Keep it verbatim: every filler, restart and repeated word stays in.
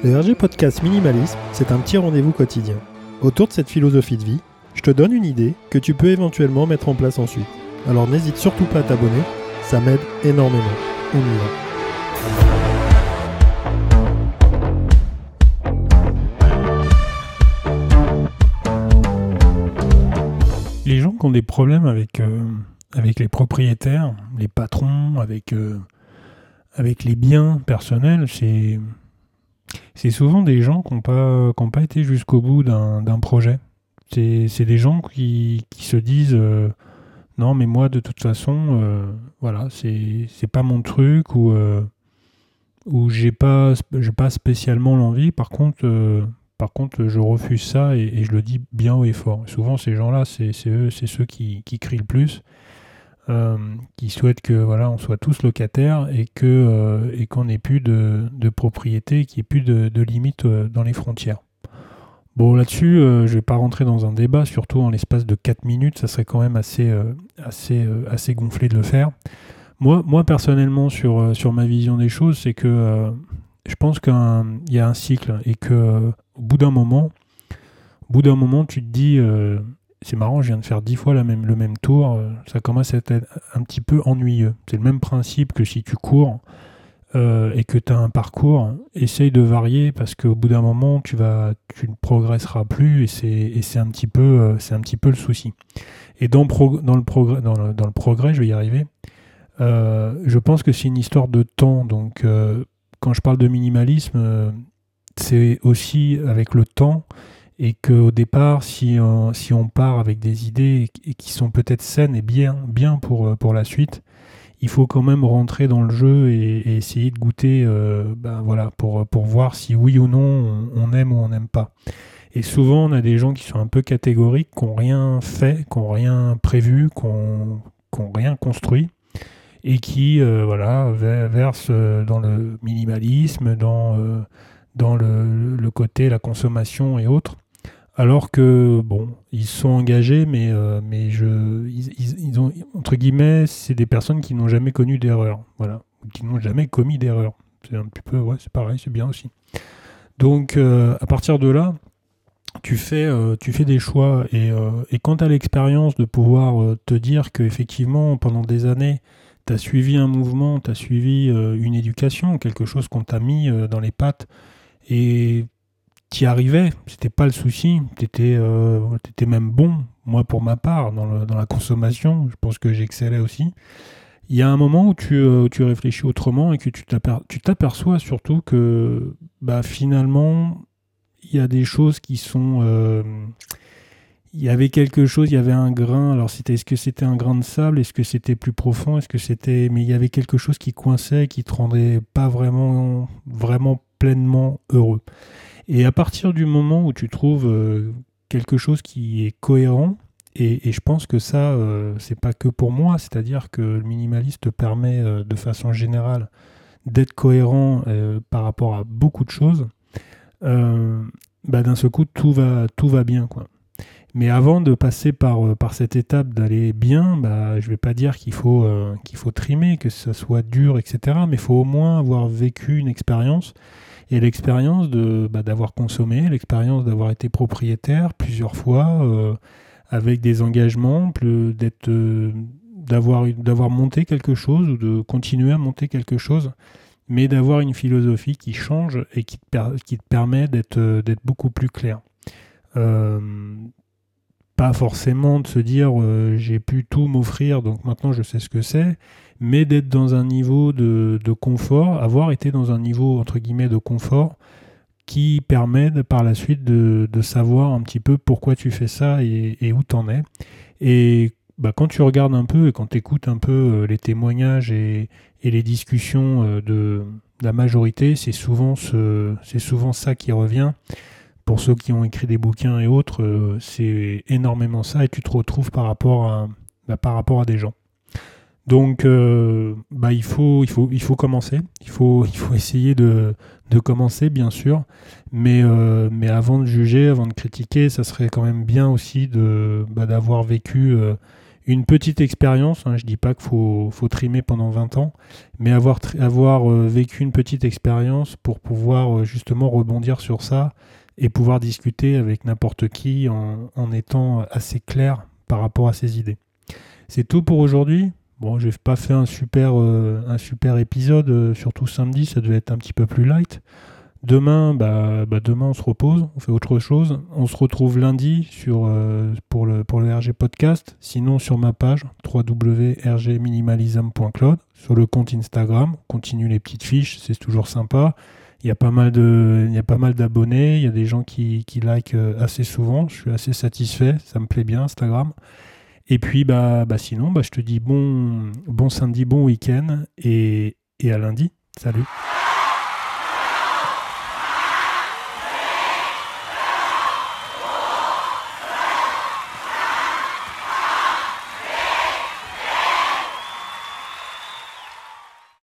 Le R G Podcast Minimalisme, c'est un petit rendez-vous quotidien. Autour de cette philosophie de vie, je te donne une idée que tu peux éventuellement mettre en place ensuite. Alors n'hésite surtout pas à t'abonner, ça m'aide énormément. On y va. Les gens qui ont des problèmes avec, euh, avec les propriétaires, les patrons, avec, euh, avec les biens personnels, c'est, c'est souvent des gens qui n'ont pas, qui n'ont pas été jusqu'au bout d'un, d'un projet. C'est, c'est des gens qui, qui se disent euh, non mais moi de toute façon euh, voilà c'est, c'est pas mon truc ou, euh, ou j'ai pas, j'ai pas spécialement l'envie. Par contre euh, Par contre, je refuse ça et, et je le dis bien haut et fort. Souvent, ces gens-là, c'est, c'est eux, c'est ceux qui, qui crient le plus, euh, qui souhaitent que voilà, on soit tous locataires et que euh, et qu'on n'ait plus de, de propriété, qu'il n'y ait plus de, de limites euh, dans les frontières. Bon, là-dessus, euh, je ne vais pas rentrer dans un débat, surtout en l'espace de quatre minutes, ça serait quand même assez euh, assez euh, assez gonflé de le faire. Moi, moi personnellement, sur euh, sur ma vision des choses, c'est que euh, je pense qu'il y a un cycle et que euh, au bout d'un moment, au bout d'un moment, tu te dis, euh, c'est marrant, je viens de faire dix fois la même, le même tour, euh, ça commence à être un petit peu ennuyeux. C'est le même principe que si tu cours euh, et que tu as un parcours, essaye de varier parce qu'au bout d'un moment, tu vas, tu ne progresseras plus et c'est, et c'est un petit peu, euh, c'est un petit peu le souci. Et dans, pro, dans le progrès, dans le, dans le progrès, je vais y arriver. Euh, je pense que c'est une histoire de temps, donc. Euh, Quand je parle de minimalisme, euh, c'est aussi avec le temps et qu'au départ, si on, si on part avec des idées et qui sont peut-être saines et bien, bien pour, pour la suite, il faut quand même rentrer dans le jeu et, et essayer de goûter euh, ben voilà, pour, pour voir si oui ou non on, on aime ou on n'aime pas. Et souvent, on a des gens qui sont un peu catégoriques, qui n'ont rien fait, qui n'ont rien prévu, qui n'ont qui n'ont rien construit. Et qui euh, voilà, verse dans le minimalisme, dans, euh, dans le, le côté la consommation et autres, alors que bon, ils sont engagés, mais, euh, mais je, ils, ils ont, entre guillemets, c'est des personnes qui n'ont jamais connu d'erreur, voilà, qui n'ont jamais commis d'erreur. C'est un petit peu, ouais, c'est pareil, c'est bien aussi. Donc, euh, à partir de là, tu fais, euh, tu fais des choix, et, euh, et quand tu as l'expérience de pouvoir euh, te dire qu'effectivement, pendant des années, tu as suivi un mouvement, tu as suivi euh, une éducation, quelque chose qu'on t'a mis euh, dans les pattes et tu y arrivais, c'était pas le souci, tu étais euh, même bon, moi pour ma part, dans, le, dans la consommation, je pense que j'excellais aussi. Il y a un moment où tu, euh, tu réfléchis autrement et que tu, t'aper, tu t'aperçois surtout que bah, finalement, il y a des choses qui sont... Euh, il y avait quelque chose, il y avait un grain, alors c'était, est-ce que c'était un grain de sable, est-ce que c'était plus profond, est-ce que c'était, mais il y avait quelque chose qui coinçait, qui te rendait pas vraiment, vraiment pleinement heureux. Et à partir du moment où tu trouves euh, quelque chose qui est cohérent, et, et je pense que ça, euh, c'est pas que pour moi, c'est-à-dire que le minimaliste te permet euh, de façon générale d'être cohérent euh, par rapport à beaucoup de choses, euh, bah, d'un seul coup, tout va, tout va bien, quoi. Mais avant de passer par, par cette étape d'aller bien, bah, je ne vais pas dire qu'il faut, euh, qu'il faut trimer, que ça soit dur, et cetera. Mais il faut au moins avoir vécu une expérience. Et l'expérience de, bah, d'avoir consommé, l'expérience d'avoir été propriétaire plusieurs fois, euh, avec des engagements, plus, d'être, euh, d'avoir, d'avoir monté quelque chose ou de continuer à monter quelque chose, mais d'avoir une philosophie qui change et qui te, per- qui te permet d'être, d'être beaucoup plus clair. Euh, Pas forcément de se dire euh, j'ai pu tout m'offrir, donc maintenant je sais ce que c'est, mais d'être dans un niveau de, de confort, avoir été dans un niveau entre guillemets de confort qui permet de, par la suite de, de savoir un petit peu pourquoi tu fais ça et, et où t'en es. Et bah, quand tu regardes un peu et quand tu écoutes un peu euh, les témoignages et, et les discussions euh, de, de la majorité, c'est souvent, ce, c'est souvent ça qui revient. Pour ceux qui ont écrit des bouquins et autres, euh, c'est énormément ça et tu te retrouves par rapport à, bah, par rapport à des gens. Donc, euh, bah, il faut, il faut, il faut commencer. Il faut, il faut essayer de, de commencer, bien sûr. Mais, euh, mais avant de juger, avant de critiquer, ça serait quand même bien aussi de, bah, d'avoir vécu euh, une petite expérience, hein, je dis pas qu'il faut, faut trimer pendant vingt ans, mais avoir, tri- avoir euh, vécu une petite expérience pour pouvoir euh, justement rebondir sur ça et pouvoir discuter avec n'importe qui en, en étant assez clair par rapport à ses idées. C'est tout pour aujourd'hui. Bon, j'ai pas fait un super, euh, un super épisode, euh, surtout samedi, ça devait être un petit peu plus light. Demain, bah, bah demain on se repose, on fait autre chose. On se retrouve lundi sur, euh, pour, le, pour le R G Podcast. Sinon sur ma page w w w point r g minimalism point cloud, sur le compte Instagram. On continue les petites fiches, c'est toujours sympa. Il y a pas mal de, il y a pas mal d'abonnés, il y a des gens qui, qui likent assez souvent. Je suis assez satisfait, ça me plaît bien Instagram. Et puis bah, bah sinon, bah, je te dis bon, bon samedi, bon week-end et, et à lundi. Salut.